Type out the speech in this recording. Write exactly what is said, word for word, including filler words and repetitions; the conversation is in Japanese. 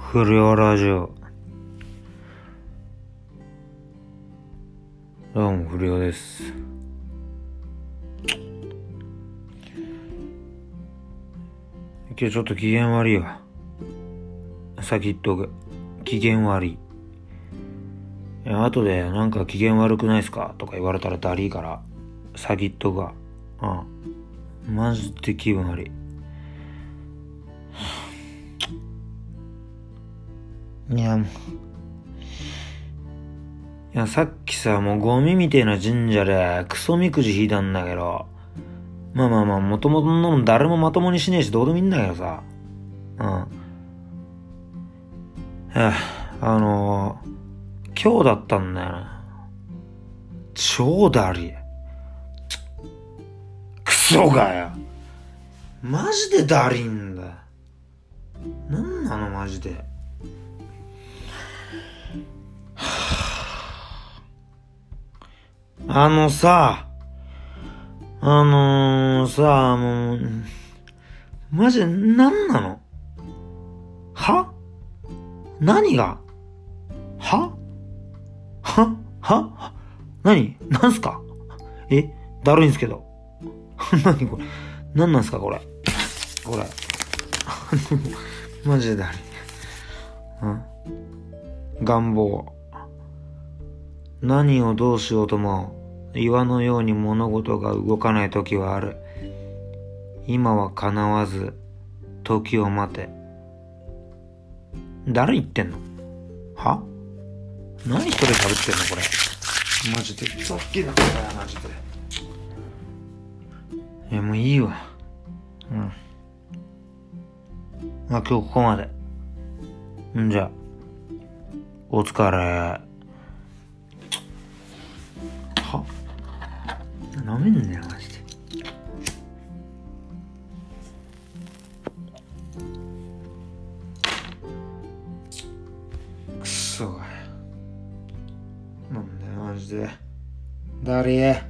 不良ラジオ。どうも不良です。今日ちょっと機嫌悪いわ。先言っとく。機嫌悪い。いや後でなんか機嫌悪くないっすかとか言われたらだりーから先言っとくわ。うん。マジで気分悪い。いやもういやさっきさもうゴミみてえな神社でクソみくじ引いたんだけど、まあまあまあもともとのも誰もまともにしねえしどうでもいいんだけどさ、うん。いやあのー、今日だったんだよな。超だりクソがよ。マジでだりんだ。なんなのマジで。あのさ、あのー、さ、もう、マジでなんなの？は？何が？は？は？は？何？なんすか？え？だるいんすけど。何これ？なんなんすかこれ？これ。マジでだるい。うん？願望。何をどうしようとも岩のように物事が動かない時はある。今は叶わず時を待て。誰言ってんの？は？何一人喋ってんのこれ。マジでふざけだからマジで。いやもういいわ。うん。まあ今日ここまで。んじゃお疲れ。は？なめんねよマジで。くそがよ。なんだよマジで。だりー。